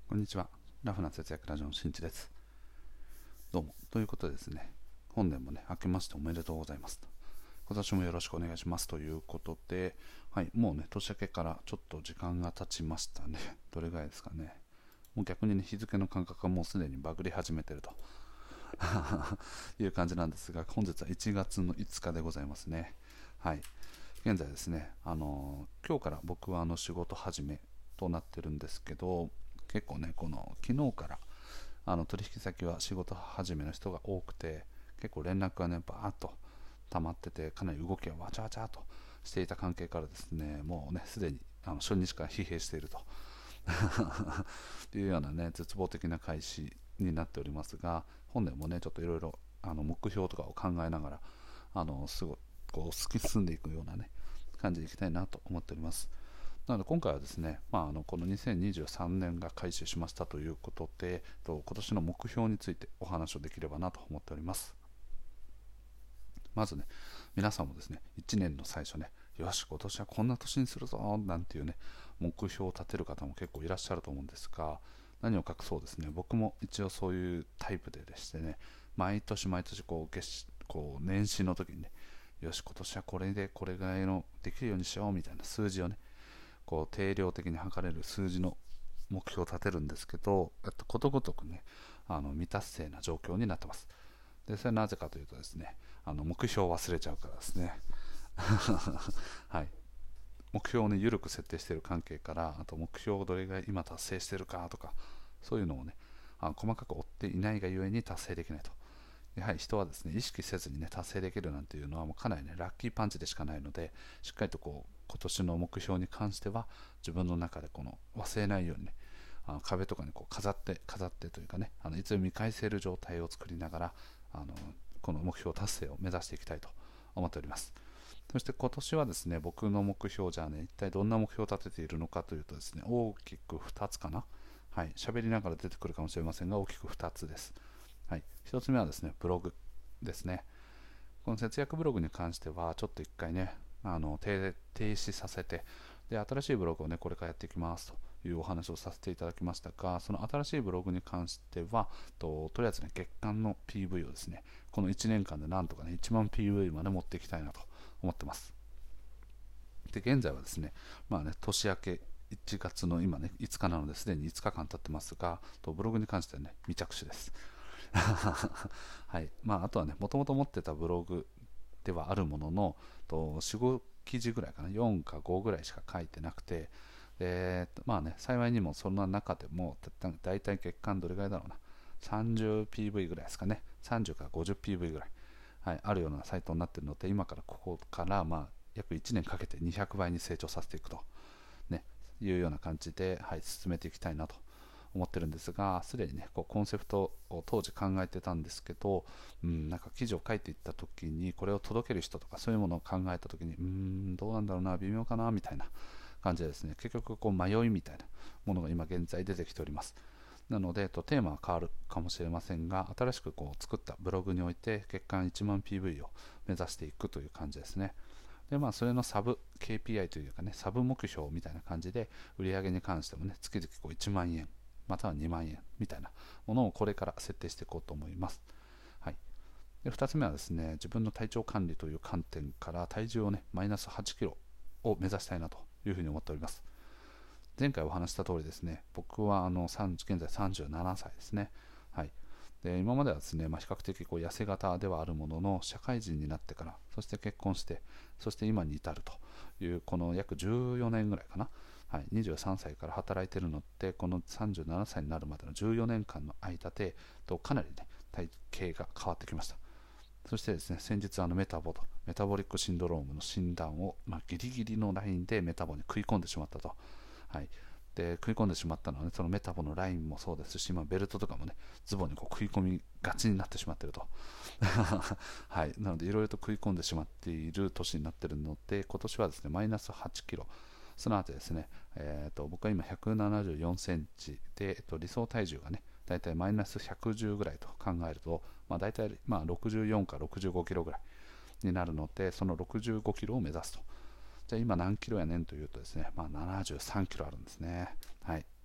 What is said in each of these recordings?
こんにちは。ラフな節約ラジオのしんちです。どうも。ということでですね、本年もね、明けましておめでとうございますと。今年もよろしくお願いしますということで、はい、もうね、年明けからちょっと時間が経ちましたね。どれぐらいですかね。もう逆にね、日付の感覚がもうすでにバグり始めてるという感じなんですが、本日は1月の5日でございますね。はい。現在ですね、今日から僕は仕事始めとなってるんですけど、結構ね、昨日から取引先は仕事始めの人が多くて、結構連絡がね、バーッと溜まってて、かなり動きがわちゃわちゃとしていた関係からですね、もうね、すでに初日から疲弊しているというようなね、絶望的な開始になっておりますが、本年もね、ちょっといろいろ目標とかを考えながら、すごいこう突き進んでいくようなね、感じでいきたいなと思っております。なので今回はですね、この2023年が開始しましたということで、今年の目標についてお話をできればなと思っております。まずね、皆さんもですね、1年の最初ね、よし、今年はこんな年にするぞなんていうね、目標を立てる方も結構いらっしゃると思うんですが、何を隠そうですね、僕も一応そういうタイプでしてね、毎年毎年年始の時にね、よし、今年はこれでこれぐらいのできるようにしようみたいな数字をね、定量的に測れる数字の目標を立てるんですけど、ことごとくね、未達成な状況になってます。で、それはなぜかというとですね、目標を忘れちゃうからですね。はい。目標をね、緩く設定している関係から、あと目標をどれぐらい今達成しているかとか、そういうのをね、細かく追っていないがゆえに達成できないと。やはり人はですね、意識せずにね、達成できるなんていうのはもうかなりね、ラッキーパンチでしかないので、しっかりと今年の目標に関しては、自分の中で忘れないようにね、壁とかに飾ってというかね、いつでも見返せる状態を作りながら、この目標達成を目指していきたいと思っております。そして今年はですね、僕の目標じゃあね、一体どんな目標を立てているのかというとですね、大きく2つかな。はい、喋りながら出てくるかもしれませんが、大きく2つです。はい、1つ目はですね、ブログですね。この節約ブログに関しては、ちょっと一回ね、停止させて、で、新しいブログをね、これからやっていきますというお話をさせていただきましたが、その新しいブログに関しては、とりあえずね、月間の PV をですね、この1年間でなんとかね、1万 PV まで持っていきたいなと思ってます。で、現在はですね、年明け1月の今ね、5日なのですでに5日間経ってますが、ブログに関してはね、未着手です。はい。あとはね、もともと持ってたブログではあるものの、4、5記事ぐらいかな、4か5ぐらいしか書いてなくて、で、幸いにもそんな中でも、だいたい月間どれぐらいだろうな、30PV ぐらいですかね、30から 50PV ぐらい、はい、あるようなサイトになっているので、今からここから、約1年かけて200倍に成長させていくと、ね、いうような感じで、はい、進めていきたいなと思ってるんですが、すでにね、コンセプトを当時考えてたんですけど、なんか記事を書いていった時に、これを届ける人とかそういうものを考えた時に、どうなんだろうな、微妙かなみたいな感じでですね、結局迷いみたいなものが今現在出てきております。なので、テーマは変わるかもしれませんが、新しく作ったブログにおいて月間1万 PV を目指していくという感じですね。で、それのサブ KPI というかね、サブ目標みたいな感じで、売上に関してもね、月々1万円、または2万円みたいなものをこれから設定していこうと思います。はい。で、2つ目はですね、自分の体調管理という観点から体重をね、マイナス8キロを目指したいなというふうに思っております。前回お話した通りですね、僕は現在37歳ですね。はい。で、今まではですね、比較的痩せ型ではあるものの、社会人になってから、そして結婚して、そして今に至るという、この約14年ぐらいかな。はい、23歳から働いているのって、この37歳になるまでの14年間の間で、かなりね、体型が変わってきました。そしてですね、先日メタボリックシンドロームの診断を、ギリギリのラインでメタボに食い込んでしまったと。はい。で、食い込んでしまったのはね、そのメタボのラインもそうですし、ベルトとかもね、ズボンに食い込みがちになってしまっていると。はい。なので、いろいろと食い込んでしまっている年になっているので、今年はですね、マイナス8キロ。その後ですね、僕は今174センチで、理想体重がね、だいたいマイナス110ぐらいと考えると、だいたい64か65キロぐらいになるので、その65キロを目指すと。じゃあ今何キロやねんというとですね、73キロあるんですね。はい。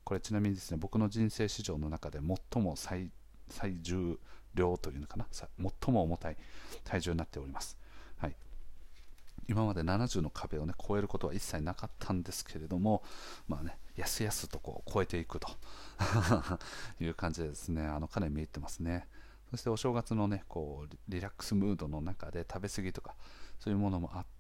これちなみにですね、僕の人生史上の中で最も最重量というのかな、最も重たい体重になっております。はい、今まで70の壁をね超えることは一切なかったんですけれども、まあね、やすやすとこう超えていくという感じでですね、かなり見入ってますね。そしてお正月のねこうリラックスムードの中で食べ過ぎとかそういうものもあって、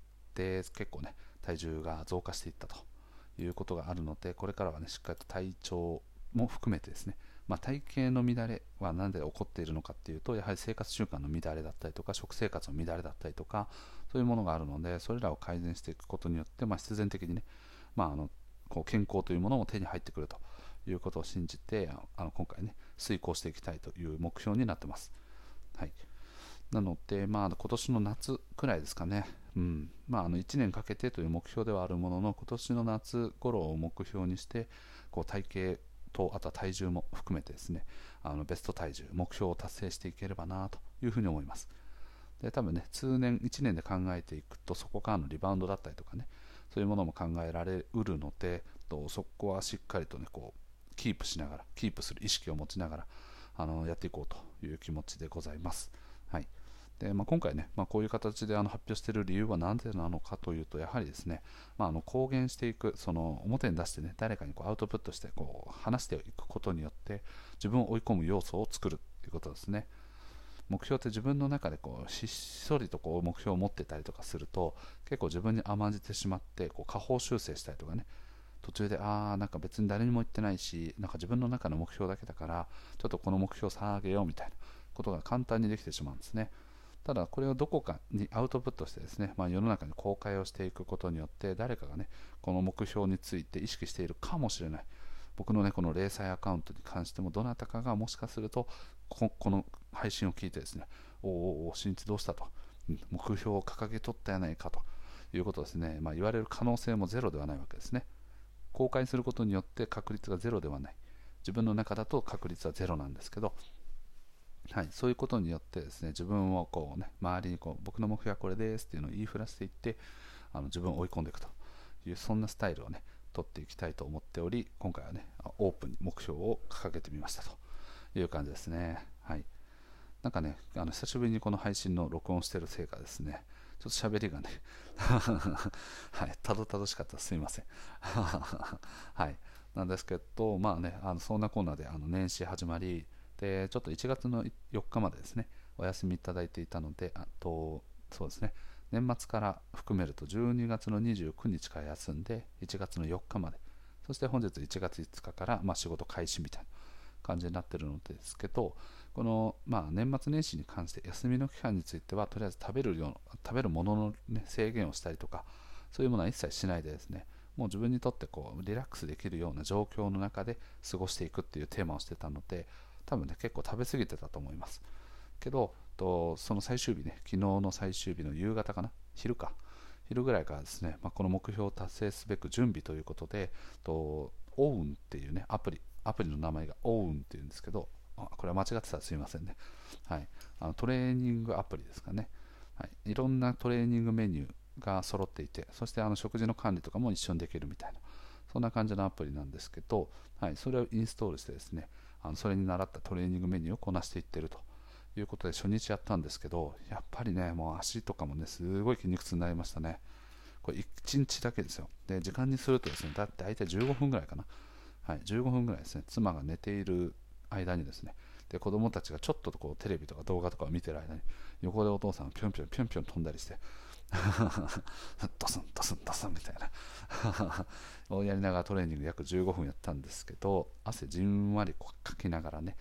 結構ね体重が増加していったということがあるので、これからはねしっかりと体調も含めてですね、体型の乱れは何で起こっているのかっていうと、やはり生活習慣の乱れだったりとか食生活の乱れだったりとか、そういうものがあるので、それらを改善していくことによって、必然的にね、こう健康というものも手に入ってくるということを信じて、今回ね遂行していきたいという目標になってます。はい、なので、今年の夏くらいですかね、1年かけてという目標ではあるものの、今年の夏頃を目標にして、こう体型とあとは体重も含めてですね、ベスト体重目標を達成していければなというふうに思います。で多分ね、通年1年で考えていくと、そこからのリバウンドだったりとかね、そういうものも考えられうるので、そこはしっかりとねこうキープする意識を持ちながらやっていこうという気持ちでございます。はい。で今回ね、こういう形で発表している理由は何でなのかというと、やはりですね、公言していく、その表に出してね、誰かにこうアウトプットしてこう話していくことによって自分を追い込む要素を作るということですね。目標って自分の中でこうひっそりとこう目標を持ってたりとかすると、結構自分に甘んじてしまって、こう下方修正したりとかね、途中でなんか別に誰にも言ってないし、なんか自分の中の目標だけだからちょっとこの目標を下げようみたいなことが簡単にできてしまうんですね。ただこれをどこかにアウトプットしてですね、世の中に公開をしていくことによって、誰かがねこの目標について意識しているかもしれない。僕のねこの零細アカウントに関しても、どなたかがもしかするとこの配信を聞いてですね、お新一どうしたと、目標を掲げとったやないかということですね、言われる可能性もゼロではないわけですね。公開することによって確率がゼロではない。自分の中だと確率はゼロなんですけど、はい、そういうことによってですね、自分をこう、ね、周りにこう僕の目標はこれですっていうのを言いふらしていって、自分を追い込んでいくという、そんなスタイルをね取っていきたいと思っており、今回はねオープンに目標を掲げてみましたという感じですね。はい、なんかね久しぶりにこの配信の録音しているせいかですね、ちょっと喋りがねはい、たどたどしかったです。すいませんはい、なんですけど、そんなコーナーで年始始まりで、ちょっと1月の4日までですねお休みいただいていたので、そうですね、年末から含めると12月の29日から休んで1月の4日まで、そして本日1月5日から仕事開始みたいな感じになっているのですけど、この、年末年始に関して休みの期間については、とりあえず食べるものの、制限をしたりとか、そういうものは一切しないでですね、もう自分にとってこうリラックスできるような状況の中で過ごしていくっていうテーマをしてたので、多分ね結構食べ過ぎてたと思いますけど、その最終日ね、昨日の最終日の夕方かな、昼ぐらいからですね、この目標を達成すべく準備ということで、オウンっていうねアプリの名前がオウンっていうんですけど、これは間違ってたらすいませんね。はい、トレーニングアプリですかね。はい、いろんなトレーニングメニューが揃っていて、そして食事の管理とかも一緒にできるみたいな、そんな感じのアプリなんですけど、はい、それをインストールしてですね、それに習ったトレーニングメニューをこなしていってるということで、初日やったんですけど、やっぱりねもう足とかもねすごい筋肉痛になりましたね。これ1日だけですよ。で時間にするとですね、だいたい15分ぐらいかな、はい、15分ぐらいですね、妻が寝ている間にですね、で子供たちがちょっとこうテレビとか動画とかを見てる間に、横でお父さんがぴょんぴょんぴょんぴょん飛んだりしてドスンドスンドスンみたいなをやりながらトレーニング約15分やったんですけど、汗じんわりこうかきながらね、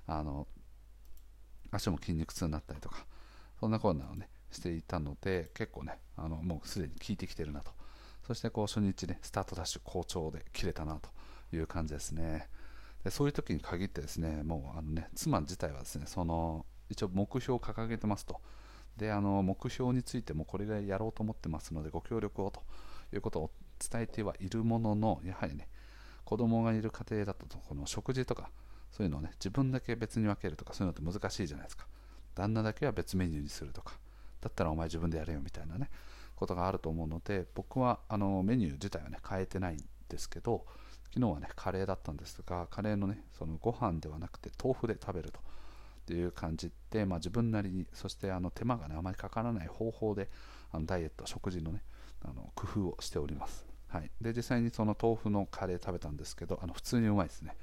足も筋肉痛になったりとか、そんなコーナーをねしていたので、結構ねもうすでに効いてきてるなと。そしてこう初日ねスタートダッシュ好調で切れたなという感じですね。でそういう時に限ってですね、もう妻自体はですね、一応目標を掲げてますと。で目標についてもこれぐらいやろうと思ってますのでご協力をということを伝えてはいるものの、やはりね子供がいる家庭だとこの食事とかそういうのをね自分だけ別に分けるとか、そういうのって難しいじゃないですか。旦那だけは別メニューにするとか、だったらお前自分でやれよみたいなねことがあると思うので、僕はメニュー自体はね変えてないんですけど、 昨日はねカレーだったんですが、カレーのねそのご飯ではなくて豆腐で食べるとっていう感じで、自分なりに、そして手間がねあまりかからない方法でダイエット食事のね工夫をしております。はい、で実際にその豆腐のカレー食べたんですけど、普通にうまいですね。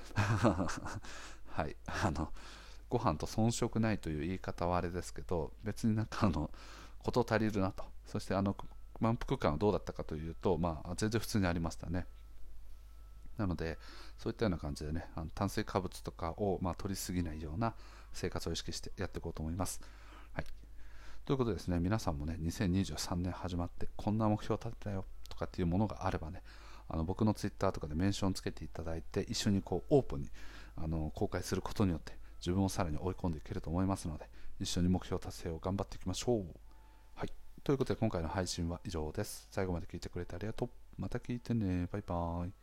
はい、ご飯と遜色ないという言い方はあれですけど、別になんか事足りるなと。そして満腹感はどうだったかというと、全然普通にありましたね。なのでそういったような感じでね、炭水化物とかを取りすぎないような生活を意識してやっていこうと思います。はい、ということでですね、皆さんもね2023年始まってこんな目標を立てたよとかっていうものがあればね、僕のツイッターとかでメンションつけていただいて、一緒にこうオープンに公開することによって自分をさらに追い込んでいけると思いますので、一緒に目標達成を頑張っていきましょう。はい、ということで今回の配信は以上です。最後まで聞いてくれてありがとう。また聞いてね。バイバイ。